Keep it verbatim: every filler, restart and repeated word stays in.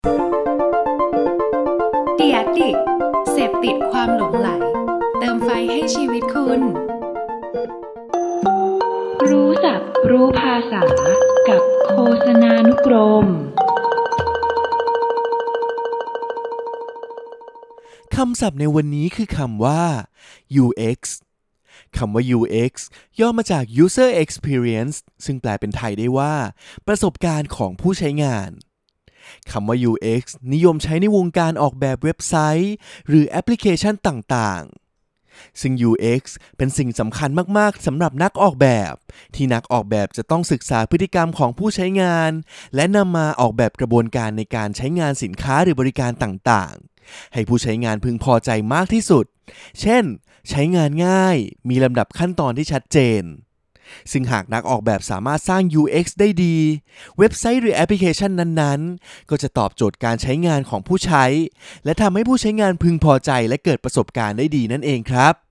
The Addict เสพติดความหลงใหลเติมไฟให้ชีวิตคุณรู้ศัพท์รู้ภาษากับโฆษณานุกรมคำศัพท์ในวันนี้คือคำว่า ยู เอ็กซ์ คำว่า ยู เอ็กซ์ ย่อมาจาก User Experience ซึ่งแปลเป็นไทยได้ว่าประสบการณ์ของผู้ใช้งานคำว่า ยู เอ็กซ์ นิยมใช้ในวงการออกแบบเว็บไซต์หรือแอปพลิเคชันต่างๆซึ่ง ยู เอ็กซ์ เป็นสิ่งสำคัญมากๆสำหรับนักออกแบบที่นักออกแบบจะต้องศึกษาพฤติกรรมของผู้ใช้งานและนำมาออกแบบกระบวนการในการใช้งานสินค้าหรือบริการต่างๆให้ผู้ใช้งานพึงพอใจมากที่สุดเช่นใช้งานง่ายมีลำดับขั้นตอนที่ชัดเจนซึ่งหากนักออกแบบสามารถสร้าง ยู เอ็กซ์ ได้ดีเว็บไซต์หรือแอปพลิเคชันนั้นๆก็จะตอบโจทย์การใช้งานของผู้ใช้และทำให้ผู้ใช้งานพึงพอใจและเกิดประสบการณ์ได้ดีนั่นเองครับ